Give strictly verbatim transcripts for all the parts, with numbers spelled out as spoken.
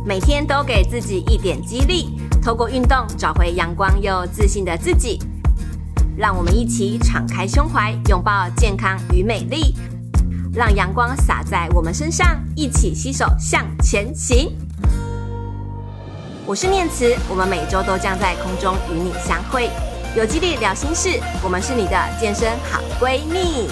每天都给自己一点激励，透过运动找回阳光又自信的自己。让我们一起敞开胸怀，拥抱健康与美丽，让阳光洒在我们身上，一起携手向前行。我是念慈，我们每周都将在空中与你相会，有激励聊心事，我们是你的健身好闺蜜。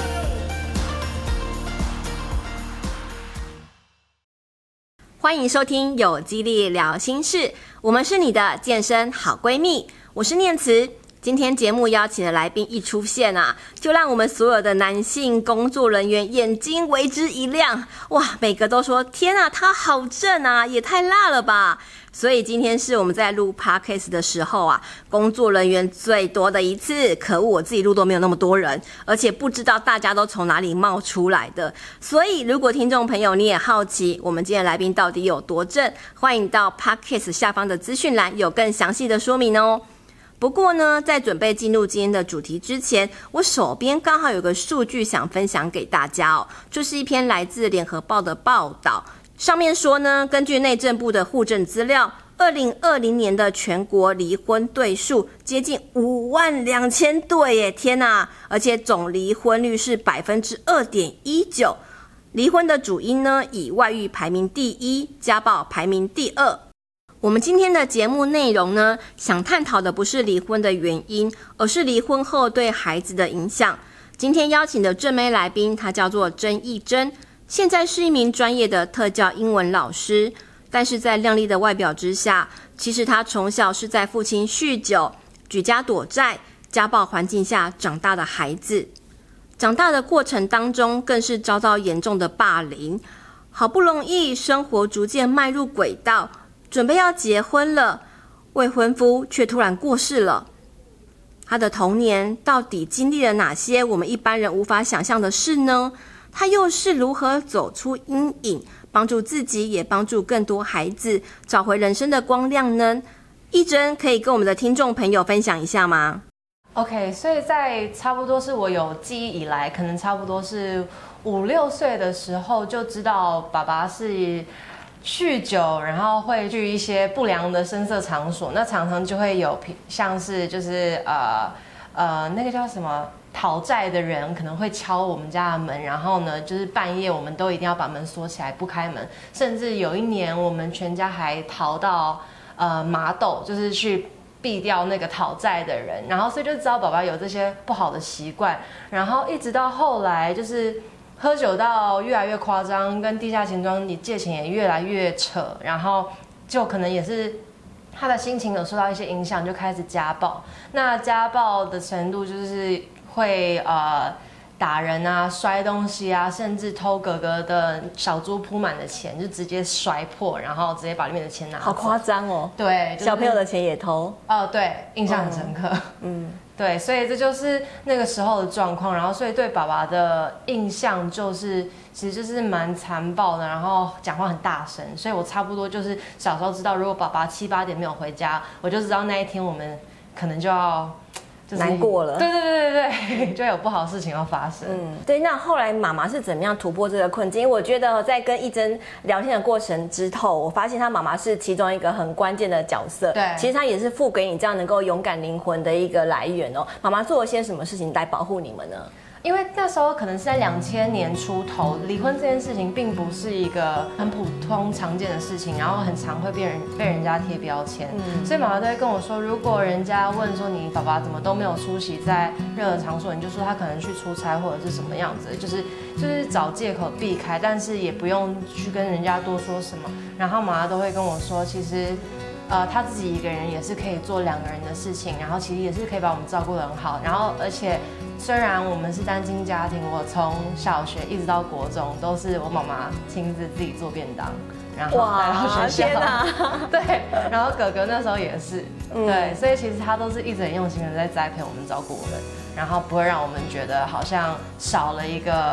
欢迎收听有激励聊心事，我们是你的健身好闺蜜，我是念慈。今天节目邀请的来宾一出现啊，就让我们所有的男性工作人员眼睛为之一亮，哇，每个都说天啊，他好正啊，也太辣了吧。所以今天是我们在录 podcast 的时候啊，工作人员最多的一次，可恶，我自己录都没有那么多人，而且不知道大家都从哪里冒出来的。所以如果听众朋友你也好奇我们今天的来宾到底有多正，欢迎到 podcast 下方的资讯栏有更详细的说明哦。不过呢，在准备进入今天的主题之前，我手边刚好有个数据想分享给大家哦，就是一篇来自联合报的报道。上面说呢，根据内政部的户政资料，二零二零年的全国离婚对数接近五万两千对耶，天哪！而且总离婚率是百分之二点一九。离婚的主因呢，以外遇排名第一，家暴排名第二。我们今天的节目内容呢，想探讨的不是离婚的原因，而是离婚后对孩子的影响。今天邀请的正妹来宾，她叫做曾艺珍。现在是一名专业的特教英文老师，但是在亮丽的外表之下，其实他从小是在父亲酗酒、举家躲债、家暴环境下长大的孩子。长大的过程当中，更是遭到严重的霸凌。好不容易生活逐渐迈入轨道，准备要结婚了，未婚夫却突然过世了。他的童年到底经历了哪些我们一般人无法想象的事呢？他又是如何走出阴影，帮助自己也帮助更多孩子找回人生的光亮呢？艺珍可以跟我们的听众朋友分享一下吗？ OK， 所以在差不多是我有记忆以来，可能差不多是五六岁的时候就知道爸爸是酗酒，然后会去一些不良的声色场所，那常常就会有像是就是呃呃那个叫什么讨债的人可能会敲我们家的门，然后呢，就是半夜我们都一定要把门锁起来不开门。甚至有一年，我们全家还逃到呃麻豆，就是去避掉那个讨债的人。然后所以就知道爸爸有这些不好的习惯。然后一直到后来，就是喝酒到越来越夸张，跟地下钱庄你借钱也越来越扯，然后就可能也是。他的心情有受到一些影响，就开始家暴。那家暴的程度就是会呃打人啊、摔东西啊，甚至偷哥哥的小猪铺满的钱，就直接摔破，然后直接把里面的钱拿走。 好夸张哦！ 对，就是、 小朋友的钱也偷。 哦，对，印象很深刻。嗯，对，所以这就是那个时候的状况。然后，所以对爸爸的印象就是。其实就是蛮残暴的，然后讲话很大声，所以我差不多就是小时候知道，如果爸爸七八点没有回家，我就知道那一天我们可能就要、就是、 难过了。 对对对对对，就有不好的事情要发生。 嗯，对。那后来妈妈是怎么样突破这个困境？因为我觉得在跟艺珍聊天的过程之后，我发现她妈妈是其中一个很关键的角色。 对， 其实她也是赋给你这样能够勇敢灵魂的一个来源哦。妈妈做了些什么事情来保护你们呢？ 因为那时候可能是在两千年出头，离婚这件事情并不是一个很普通常见的事情，然后很常会被人被人家贴标签，嗯、所以妈妈都会跟我说，如果人家问说你爸爸怎么都没有出席在任何场所，你就说他可能去出差或者是什么样子，就是就是找借口避开，但是也不用去跟人家多说什么。然后妈妈都会跟我说，其实。呃，他自己一个人也是可以做两个人的事情，然后其实也是可以把我们照顾得很好。然后，而且虽然我们是单亲家庭，我从小学一直到国中都是我妈妈亲自自己做便当，然后带到学校。天哪！对，然后哥哥那时候也是，嗯、对，所以其实他都是一直很用心的在栽培我们、照顾我们，然后不会让我们觉得好像少了一个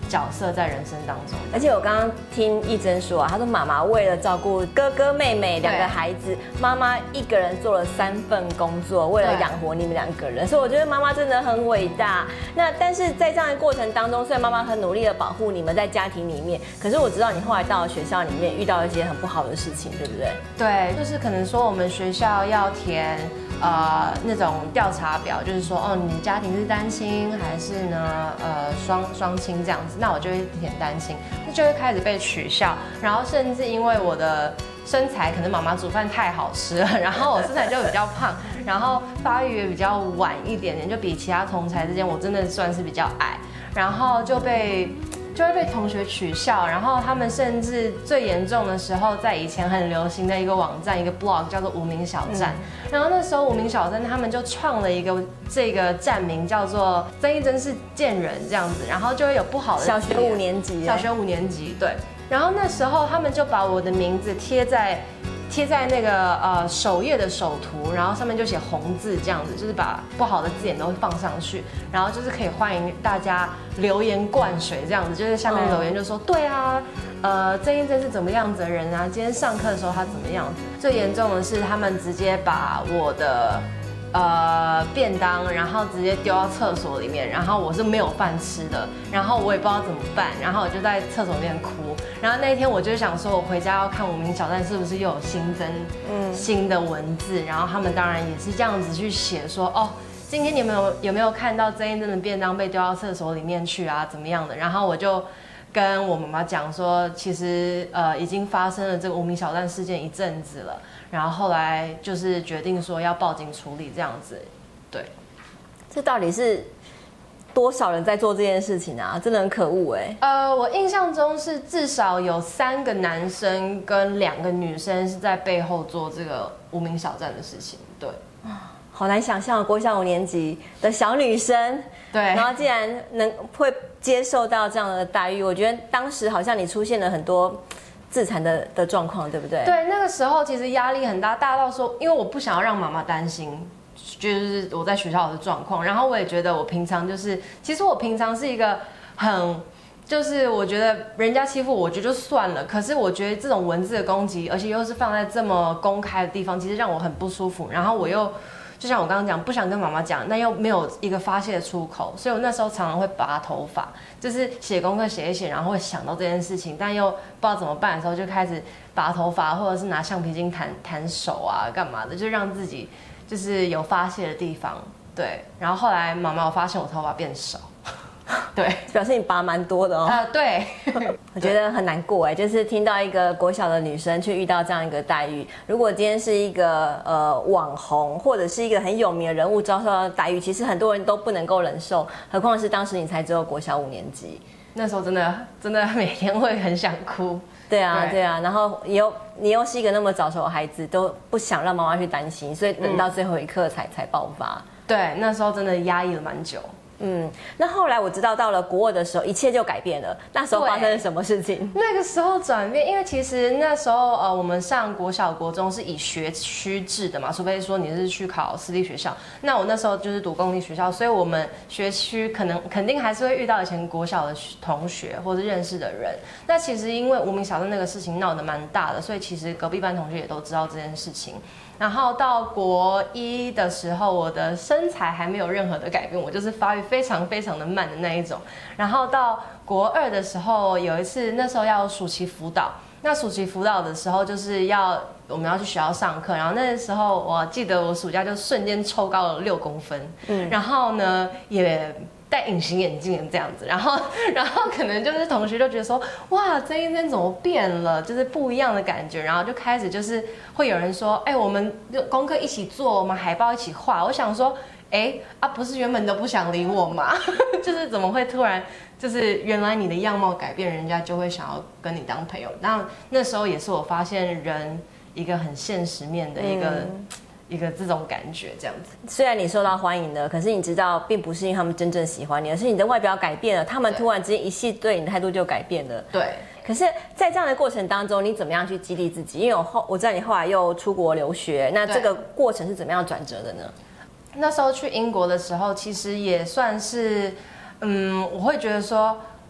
角色在人生当中。 而且我刚刚听义珍说啊，她说妈妈为了照顾哥哥妹妹两个孩子，妈妈一个人做了三份工作，为了养活你们两个人，所以我觉得妈妈真的很伟大。那但是在这样的过程当中，虽然妈妈很努力的保护你们在家庭里面，可是我知道你后来到了学校里面遇到一些很不好的事情，对不对？ 对，就是可能说我们学校要填呃那种调查表，就是说哦你家庭是单亲还是呢呃双双亲这样子，那我就会填单亲，那就会开始被取笑，然后甚至因为我的身材可能妈妈煮饭太好吃了，然后我身材就比较胖，然后发育也比较晚一点点，就比其他同才之间我真的算是比较矮，然后就被。就会被同学取笑，然后他们甚至最严重的时候，在以前很流行的一个网站，一个 blog 叫做无名小站，嗯、然后那时候无名小站他们就创了一个这个站名叫做曾一真是贱人这样子，然后就会有不好的小学五年级， 小学五年级对，然后那时候他们就把我的名字贴在。贴在那个呃首页的首图，然后上面就写红字这样子，就是把不好的字眼都会放上去，然后就是可以欢迎大家留言灌水这样子，就是下面留言就说、嗯、对啊，呃曾一真是怎么样子的人啊，今天上课的时候他怎么样子。最严重的是他们直接把我的呃便当，然后直接丢到厕所里面，然后我是没有饭吃的，然后我也不知道怎么办，然后我就在厕所里面哭。然后那一天我就想说，我回家要看无名小站是不是又有新增新的文字，然后他们当然也是这样子去写说，哦，今天你们有有没有看到曾一真的便当被丢到厕所里面去啊，怎么样的？然后我就跟我妈妈讲说，其实呃已经发生了这个无名小站事件一阵子了，然后后来就是决定说要报警处理这样子，对。 这到底是？多少人在做这件事情啊？真的很可恶哎。 呃，我印象中是至少有三个男生跟两个女生是在背后做这个无名小站的事情。对， 好难想象国小五年级的小女生， 对， 然后竟然能会接受到这样的待遇，我觉得当时好像你出现了很多自残的的状况，对不对？ 对，那个时候其实压力很大，大到说，因为我不想要让妈妈担心。就是我在学校的状况，然后我也觉得我平常就是，其实我平常是一个很，就是我觉得人家欺负我，我觉得就算了。可是我觉得这种文字的攻击，而且又是放在这么公开的地方，其实让我很不舒服。然后我又就像我刚刚讲，不想跟妈妈讲，那又没有一个发泄的出口，所以我那时候常常会拔头发，就是写功课写一写，然后会想到这件事情，但又不知道怎么办的时候，就开始拔头发，或者是拿橡皮筋弹弹手啊，干嘛的，就让自己。就是有发泄的地方，对。然后后来妈妈有发现我头发变少，对， 表示你拔蛮多的哦。 呃，对， 我觉得很难过哎，就是听到一个国小的女生去遇到这样一个待遇。如果今天是一个呃网红或者是一个很有名的人物遭受到待遇，其实很多人都不能够忍受，何况是当时你才只有国小五年级， 那时候真的真的每天会很想哭。 对啊，对, 对啊，然后你又你又是一个那么早熟的孩子，都不想让妈妈去担心，所以等到最后一刻才、嗯、才爆发。 对，那时候真的压抑了蛮久。 嗯，那后来我知道到了国二的时候，一切就改变了。那时候发生了什么事情？ 那个时候转变，因为其实那时候呃，我们上国小、国中是以学区制的嘛，除非说你是去考私立学校。那我那时候就是读公立学校，所以我们学区可能肯定还是会遇到以前国小的同学或者认识的人。那其实因为无名小站那个事情闹得蛮大的，所以其实隔壁班同学也都知道这件事情。然后到国一的时候，我的身材还没有任何的改变，我就是发育非常非常的慢的那一种。然后到国二的时候，有一次那时候要暑期辅导，那暑期辅导的时候就是要我们要去学校上课，然后那时候我记得我暑假就瞬间抽高了六公分，嗯，然后呢也。戴隐形眼镜这样子，然后，然后可能就是同学就觉得说，哇，曾一真怎么变了，就是不一样的感觉，然后就开始就是会有人说，哎，我们功课一起做，我们海报一起画。我想说，哎啊，不是原本都不想理我吗？就是怎么会突然就是原来你的样貌改变，人家就会想要跟你当朋友。那那时候也是我发现人一个很现实面的一个。嗯一个这种感觉，这样子。 虽然你受到欢迎了，可是你知道，并不是因为他们真正喜欢你，而是你的外表改变了，他们突然之间一系对你的态度就改变了。 对。 可是，在这样的过程当中，你怎么样去激励自己？因为我后我知道你后来又出国留学，那这个过程是怎么样转折的呢？ 那时候去英国的时候，其实也算是，嗯，我会觉得说。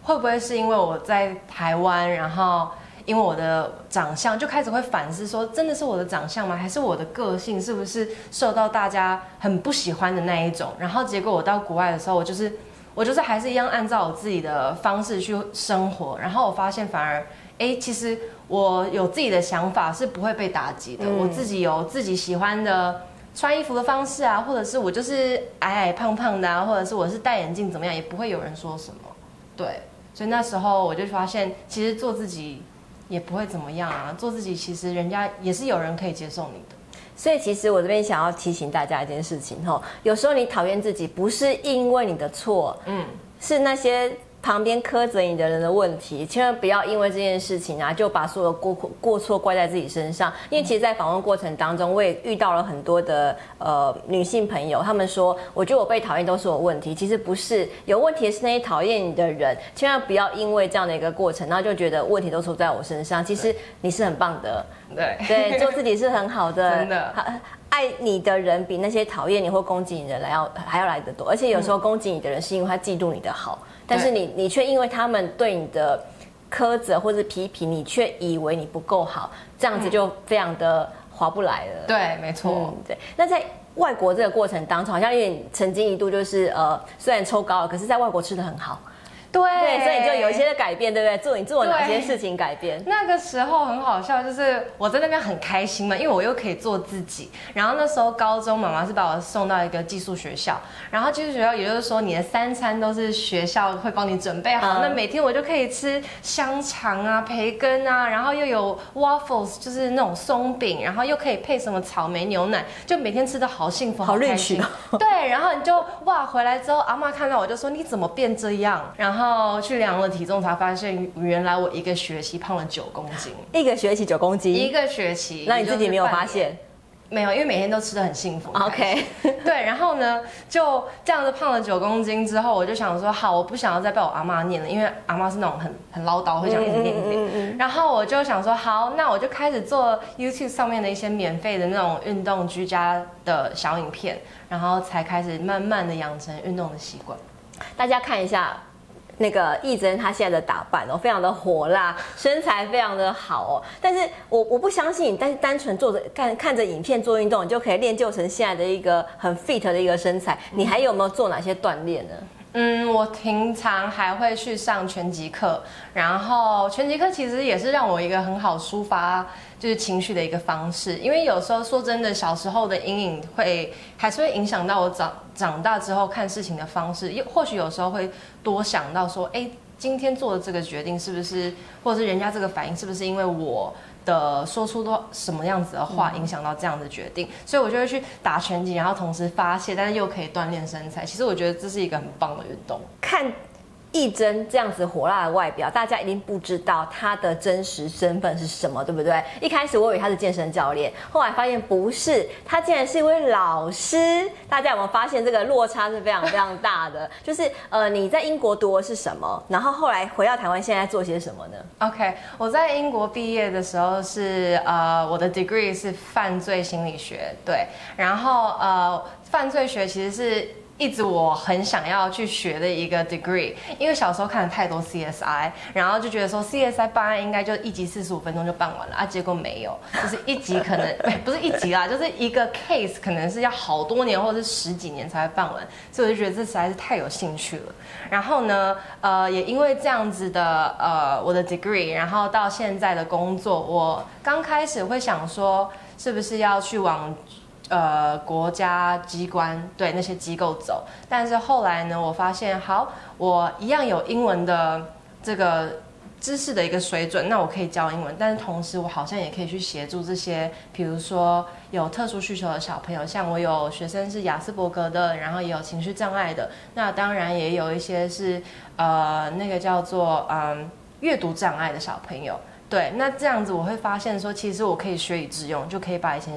会不会是因为我在台湾，然后因为我的长相就开始会反思说，真的是我的长相吗？还是我的个性是不是受到大家很不喜欢的那一种？然后结果我到国外的时候，我就是我就是还是一样按照我自己的方式去生活，然后我发现反而，哎，其实我有自己的想法是不会被打击的，嗯、我自己有自己喜欢的穿衣服的方式啊，或者是我就是矮矮胖胖的啊，或者是我是戴眼镜怎么样，也不会有人说什么。对，所以那时候我就发现，其实做自己也不会怎么样啊，做自己其实人家也是有人可以接受你的。 所以其实我这边想要提醒大家一件事情哈，有时候你讨厌自己不是因为你的错，嗯，是那些旁边苛责你的人的问题，千万不要因为这件事情啊，就把所有过过错怪在自己身上。因为其实，在访问过程当中，我也遇到了很多的呃女性朋友，她们说，我觉得我被讨厌都是我问题，其实不是，有问题的是那些讨厌你的人。千万不要因为这样的一个过程，然后就觉得问题都出在我身上。其实你是很棒的， 对对，做自己是很好的， 真的。 爱你的人比那些讨厌你或攻击你的人来要还要来得多，而且有时候攻击你的人是因为他嫉妒你的好，但是你你却因为他们对你的苛责或是批评，你却以为你不够好，这样子就非常的划不来了。 对，没错、嗯。 对，那在外国这个过程当中，好像因为你曾经一度就是呃，虽然抽高了，可是在外国吃得很好。 对, 对，所以你就有一些的改变，对不对？做你做了哪些事情改变？ 那个时候很好笑，就是我在那边很开心嘛，因为我又可以做自己。然后那时候高中，妈妈是把我送到一个寄宿学校，然后寄宿学校也就是说你的三餐都是学校会帮你准备好，嗯、那每天我就可以吃香肠啊、培根啊，然后又有 waffles， 就是那种松饼，然后又可以配什么草莓牛奶，就每天吃得好幸福、好开心。对，然后你就哇，回来之后，阿嬷看到我就说你怎么变这样？然后。然后去量了体重，才发现原来我一个学期胖了九公斤。 一个学期九公斤， 一个学期。 那你自己没有发现？ 没有，因为每天都吃得很幸福。 OK， 对，然后呢，就这样子胖了九公斤之后，我就想说，好，我不想要再被我阿嬷念了，因为阿嬷是那种很很唠叨，会讲一直念一直念。然后我就想说，好，那我就开始做 YouTube 上面的一些免费的那种运动居家的小影片，然后才开始慢慢的养成运动的习惯。 大家看一下。那个艺珍她现在的打扮哦，非常的火辣，身材非常的好哦。但是我我不相信你，但是单纯做着看看着影片做运动，你就可以练就成现在的一个很 fit 的一个身材。你还有没有做哪些锻炼呢？ 嗯，我平常还会去上拳击课，然后拳击课其实也是让我一个很好抒发就是情绪的一个方式，因为有时候说真的，小时候的阴影会还是会影响到我长长大之后看事情的方式，又或许有时候会多想到说，哎，今天做的这个决定是不是，或者是人家这个反应是不是因为我的说出多什么样子的话影响到这样的决定，所以我就会去打拳击，然后同时发泄，但是又可以锻炼身材。其实我觉得这是一个很棒的运动。 看艺珍这样子火辣的外表，大家一定不知道她的真实身份是什么，对不对？一开始我以为她是健身教练，后来发现不是，她竟然是一位老师。大家有没有发现这个落差是非常非常大的？就是呃，你在英国读的是什么？然后后来回到台湾，现在做些什么呢 ？OK， 我在英国毕业的时候是呃，我的 degree 是犯罪心理学，对，然后呃，犯罪学其实是。一直我很想要去学的一个 degree， 因为小时候看了太多 C S I， 然后就觉得说 C S I 办案应该就一集四十五分钟就办完了啊，结果没有，就是一集可能不是一集啦，就是一个 case 可能是要好多年或者是十几年才会办完，所以我就觉得这实在是太有兴趣了。然后呢，呃，也因为这样子的呃我的 degree， 然后到现在的工作，我刚开始会想说，是不是要去往呃，国家机关对那些机构走，但是后来呢，我发现好，我一样有英文的这个知识的一个水准，那我可以教英文，但是同时我好像也可以去协助这些，比如说有特殊需求的小朋友，像我有学生是亚斯伯格的，然后也有情绪障碍的，那当然也有一些是呃那个叫做嗯阅读障碍的小朋友。对，那这样子我会发现说，其实我可以学以致用，就可以把以前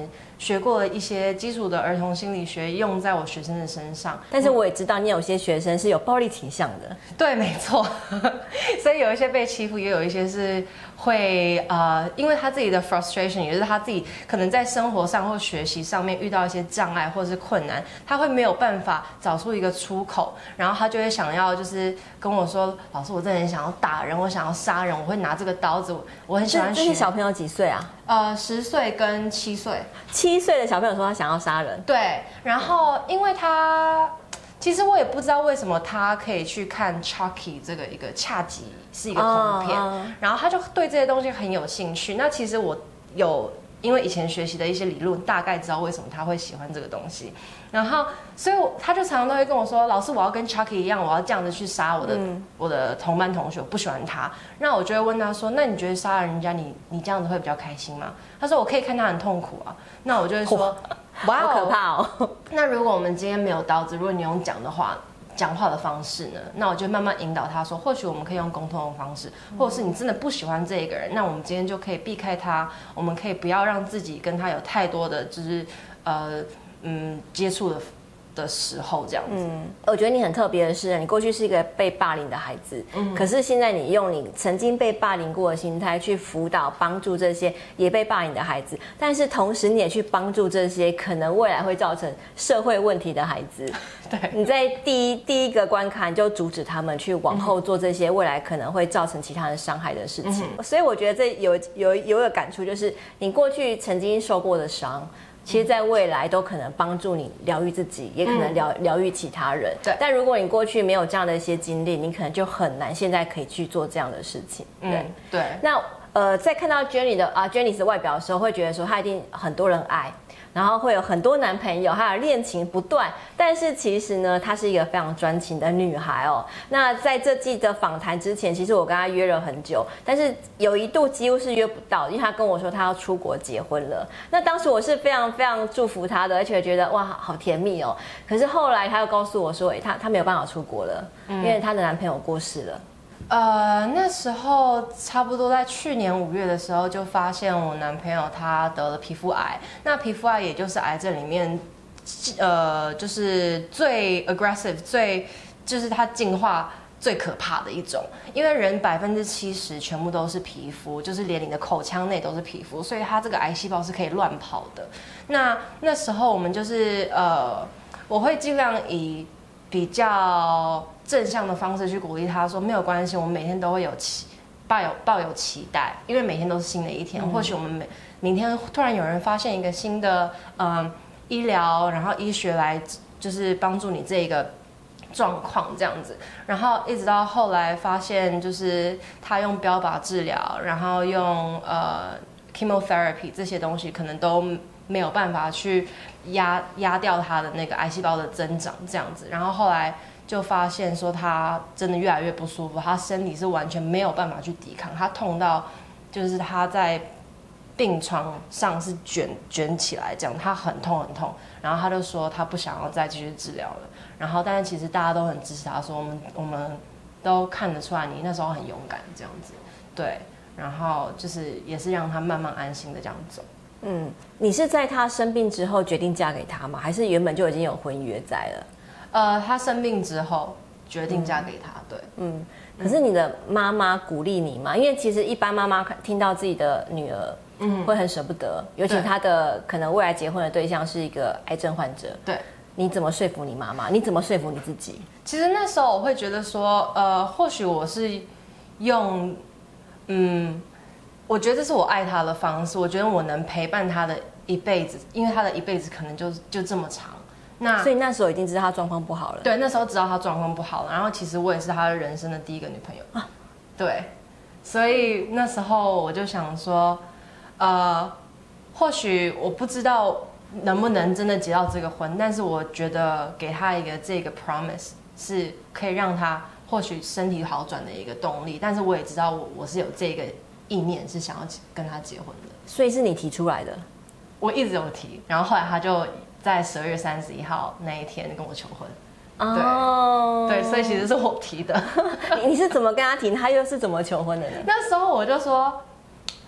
学过的一些基础的儿童心理学用在我学生的身上。 但是我也知道你有些学生是有暴力倾向的。 对，没错。所以有一些被欺负，也有一些是会呃，因为他自己的 frustration， 也就是他自己可能在生活上或学习上面遇到一些障碍或是困难，他会没有办法找出一个出口，然后他就会想要就是跟我说，老师，我真的很想要打人，我想要杀人，我会拿这个刀子，我很喜欢学。 这些小朋友几岁啊？ 呃，十岁跟七岁。 七岁的小朋友说他想要杀人。 对，然后因为他。其实我也不知道为什么他可以去看 Chucky 这个一个恰吉是一个恐怖片， oh, oh. 然后他就对这些东西很有兴趣。那其实我有因为以前学习的一些理论，大概知道为什么他会喜欢这个东西。然后，所以他就常常都会跟我说：“老师，我要跟 Chucky 一样，我要这样子去杀我的、嗯、我的同班同学，我不喜欢他。”那我就会问他说：“那你觉得杀人家你你这样子会比较开心吗？”他说：“我可以看他很痛苦啊。”那我就会说。 哇，好可怕哦！ 那如果我们今天没有刀子，如果你用讲的话，讲话的方式呢？那我就慢慢引导他说，或许我们可以用沟通的方式，或者是你真的不喜欢这个人，那我们今天就可以避开他，我们可以不要让自己跟他有太多的就是呃嗯接触的。的时候这样子，嗯， 我觉得你很特别的是，你过去是一个被霸凌的孩子，嗯，可是现在你用你曾经被霸凌过的心态去辅导、帮助这些也被霸凌的孩子，但是同时你也去帮助这些可能未来会造成社会问题的孩子。 对， 你在第一第一个关卡你就阻止他们去往后做这些未来可能会造成其他人伤害的事情，嗯，所以我觉得这有有有一个感触，就是你过去曾经受过的伤。其实，在未来都可能帮助你疗愈自己，也可能疗疗愈其他人。 对。 但如果你过去没有这样的一些经历，你可能就很难现在可以去做这样的事情。对。 嗯、对。 那呃，在看到 Jenny 的啊 Jenny 的外表的时候，会觉得说她一定很多人爱。然后会有很多男朋友，还有恋情不断，但是其实呢，她是一个非常专情的女孩哦。那在这季的访谈之前，其实我跟她约了很久，但是有一度几乎是约不到，因为她跟我说她要出国结婚了。那当时我是非常非常祝福她的，而且觉得哇，好甜蜜哦。可是后来她又告诉我说，哎，她她没有办法出国了，因为她的男朋友过世了。 呃，那时候差不多在去年五月的时候，就发现我男朋友他得了皮肤癌。那皮肤癌也就是癌症里面，呃，就是最 aggressive、最就是它进化最可怕的一种。因为人百分之七十全部都是皮肤，就是连你的口腔内都是皮肤，所以它这个癌细胞是可以乱跑的。那那时候我们就是呃，我会尽量以比较正向的方式去鼓励他说，没有关系，我们每天都会有期抱有抱有期待，因为每天都是新的一天。嗯、或许我们每明天突然有人发现一个新的呃医疗，然后医学来就是帮助你这个状况这样子，然后一直到后来发现，就是他用标靶治疗，然后用呃 chemotherapy 这些东西，可能都没有办法去压压掉他的那个癌细胞的增长这样子，然后后来就发现说他真的越来越不舒服，他身体是完全没有办法去抵抗，他痛到就是他在病床上是卷卷起来这样，他很痛很痛，然后他就说他不想要再继续治疗了，然后但是其实大家都很支持他，说我们我们都看得出来你那时候很勇敢这样子，对，然后就是也是让他慢慢安心的这样走。 嗯，你是在他生病之后决定嫁给他吗？还是原本就已经有婚约在了？ 呃，他生病之后决定嫁给他，嗯、对， 嗯。可是你的妈妈鼓励你吗？因为其实一般妈妈听到自己的女儿，嗯，会很舍不得，尤其她的可能未来结婚的对象是一个癌症患者。 对， 你怎么说服你妈妈？你怎么说服你自己？ 其实那时候我会觉得说，呃，或许我是用，嗯。我觉得这是我爱他的方式，我觉得我能陪伴他的一辈子，因为他的一辈子可能就就这么长。那所以那时候已经知道他状况不好了。 对，那时候知道他状况不好了，然后其实我也是他人生的第一个女朋友啊。对，所以那时候我就想说，呃，或许我不知道能不能真的结到这个婚，但是我觉得给他一个这个 promise 是可以让他或许身体好转的一个动力，但是我也知道我我是有这个意念是想要跟他结婚的， 所以是你提出来的。 我一直有提，然后后来他就在十二月三十一号那一天跟我求婚。哦，对，对，所以其实是我提的。 你是怎么跟他提？他又是怎么求婚的呢？ 那时候我就说，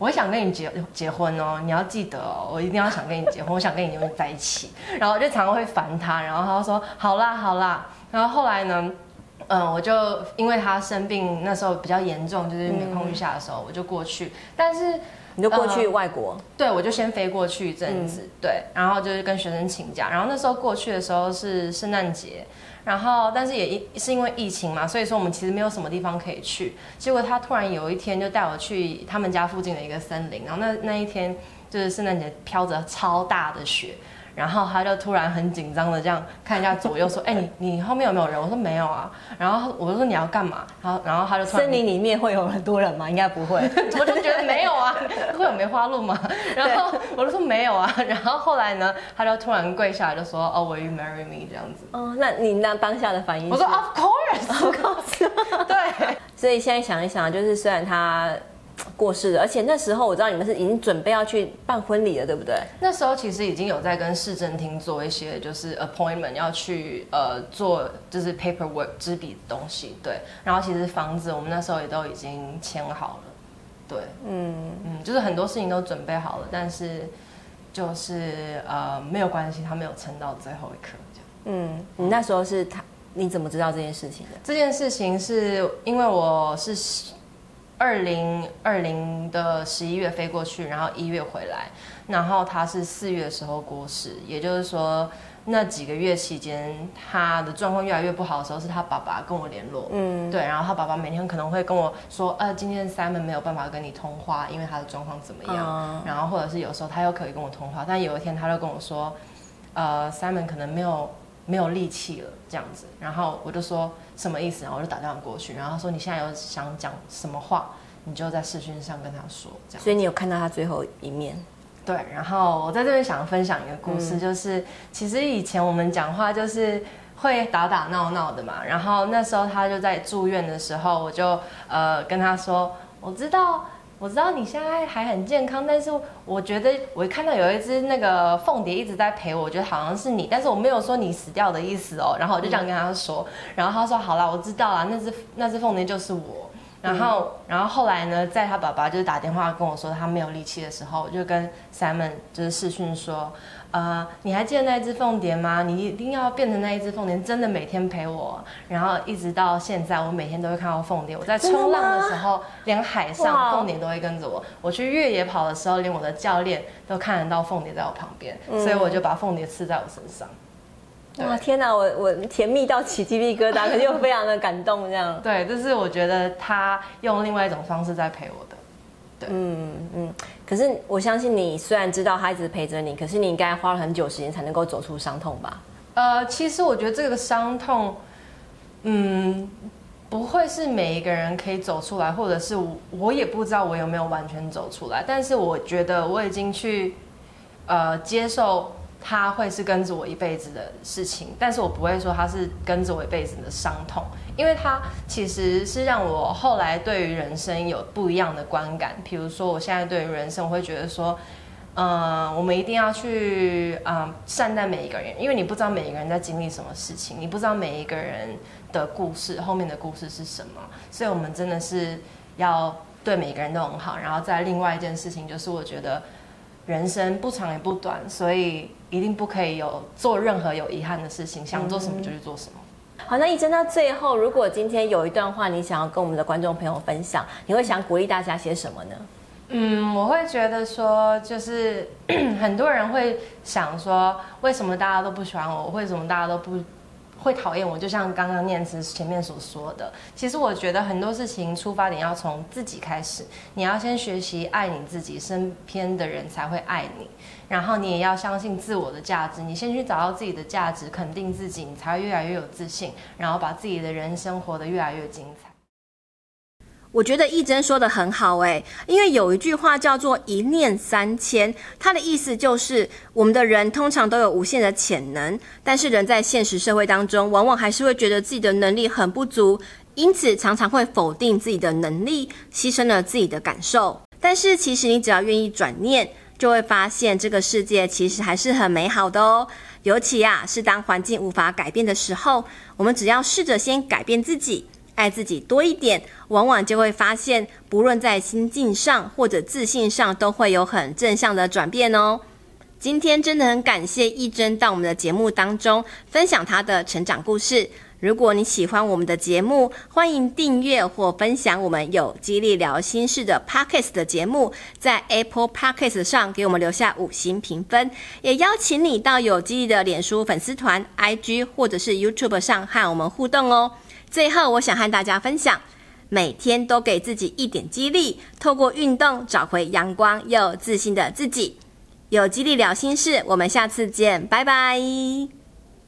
我会想跟你结结婚哦，你要记得哦，我一定要想跟你结婚，我想跟你永远在一起。然后我就常常会烦他，然后他就说好啦好啦。然后后来呢，嗯，我就因为他生病那时候比较严重，就是每况愈下的时候，我就过去。但是你就过去外国？ 呃、对，我就先飞过去一阵子，嗯、对，然后就是跟学生请假。然后那时候过去的时候是圣诞节。然后，但是也是因为疫情嘛，所以说我们其实没有什么地方可以去。结果他突然有一天就带我去他们家附近的一个森林，然后那那一天就是圣诞节，飘着超大的雪。然后他就突然很紧张的这样看一下左右，说：“哎、欸，你你后面有没有人？”我说：“没有啊。”然后我就说：“你要干嘛？”然后然后他就突然， 森林里面会有很多人吗？应该不会。 我就觉得没有啊，会有梅花鹿吗？然后我就说没有啊。然后后来呢，他就突然跪下来就说：“哦 ，Will you marry me？” 这样子。 哦，那你那当下的反应是？ 我说 ：“Of course，of course。”对。 所以现在想一想，就是虽然他过世了，而且那时候我知道你们是已经准备要去办婚礼了，对不对？ 那时候其实已经有在跟市政厅做一些就是 appointment 要去呃做就是 paperwork 支笔的东西，对。然后其实房子我们那时候也都已经签好了，对，嗯嗯，就是很多事情都准备好了，但是就是呃没有关系，他没有撑到最后一刻这样。 嗯，你那时候是他，你怎么知道这件事情的？ 这件事情是因为我是二零二零的十一月飞过去，然后一月回来，然后他是四月的时候过世，也就是说那几个月期间，他的状况越来越不好的时候，是他爸爸跟我联络，嗯，对，然后他爸爸每天可能会跟我说，呃，今天 Simon 没有办法跟你通话，因为他的状况怎么样，哦、然后或者是有时候他又可以跟我通话，但有一天他就跟我说，呃 ，Simon 可能没有没有力气了这样子，然后我就说什么意思？然后我就打电话过去，然后他说你现在有想讲什么话，你就在视讯上跟他说，这样。 所以你有看到他最后一面。 对，然后我在这边想分享一个故事，嗯、就是其实以前我们讲话就是会打打闹闹的嘛，然后那时候他就在住院的时候，我就呃跟他说，我知道我知道你现在还很健康，但是我觉得我看到有一只那个凤蝶一直在陪我，我觉得好像是你，但是我没有说你死掉的意思哦，然后我就这样跟他说，嗯、然后他说好啦，我知道啦，那只那只凤蝶就是我。然后，然后后来呢，在他爸爸就是打电话跟我说他没有力气的时候，我就跟 Simon 就是视讯说，呃，你还记得那一只凤蝶吗？你一定要变成那一只凤蝶，真的每天陪我。然后一直到现在，我每天都会看到凤蝶。我在冲浪的时候，连海上凤蝶都会跟着我。我去越野跑的时候，连我的教练都看得到凤蝶在我旁边，嗯、所以我就把凤蝶刺在我身上。 哇天哪，我我甜蜜到起鸡皮疙瘩，可是又非常的感动，这样。 对，这是我觉得他用另外一种方式在陪我的。对， 嗯嗯。可是我相信你，虽然知道他一直陪着你，可是你应该花了很久时间才能够走出伤痛吧？ 呃，其实我觉得这个伤痛，嗯，不会是每一个人可以走出来，或者是我我也不知道我有没有完全走出来，但是我觉得我已经去呃接受。他会是跟着我一辈子的事情，但是我不会说他是跟着我一辈子的伤痛，因为他其实是让我后来对于人生有不一样的观感。比如说，我现在对于人生，我会觉得说，呃，我们一定要去啊、呃、善待每一个人，因为你不知道每一个人在经历什么事情，你不知道每一个人的故事后面的故事是什么，所以我们真的是要对每一个人都很好。然后再另外一件事情就是，我觉得人生不长也不短，所以一定不可以有做任何有遗憾的事情，想做什么就去做什么。 嗯、好，那一真到最后，如果今天有一段话你想要跟我们的观众朋友分享，你会想鼓励大家些什么呢？ 嗯，我会觉得说，就是很多人会想说，为什么大家都不喜欢我？为什么大家都不会讨厌我？就像刚刚念慈前面所说的，其实我觉得很多事情出发点要从自己开始，你要先学习爱你自己，身边的人才会爱你。然后你也要相信自我的价值，你先去找到自己的价值，肯定自己，你才会越来越有自信，然后把自己的人生活得越来越精彩。 我觉得义珍说的很好哎，因为有一句话叫做一念三千，它的意思就是我们的人通常都有无限的潜能，但是人在现实社会当中，往往还是会觉得自己的能力很不足，因此常常会否定自己的能力，牺牲了自己的感受。但是其实你只要愿意转念，就会发现这个世界其实还是很美好的哦。尤其啊，是当环境无法改变的时候，我们只要试着先改变自己， 爱自己多一点，往往就会发现，不论在心境上或者自信上，都会有很正向的转变哦。今天真的很感谢亦真到我们的节目当中分享她的成长故事。如果你喜欢我们的节目，欢迎订阅或分享我们有激励聊心事的 Podcast 的节目，在 Apple Podcast 上给我们留下五星评分，也邀请你到有激励的脸书粉丝团、I G 或者是 YouTube 上和我们互动哦。最后，我想和大家分享，每天都给自己一点激励，透过运动找回阳光又自信的自己。有激励聊心事，我们下次见，拜拜。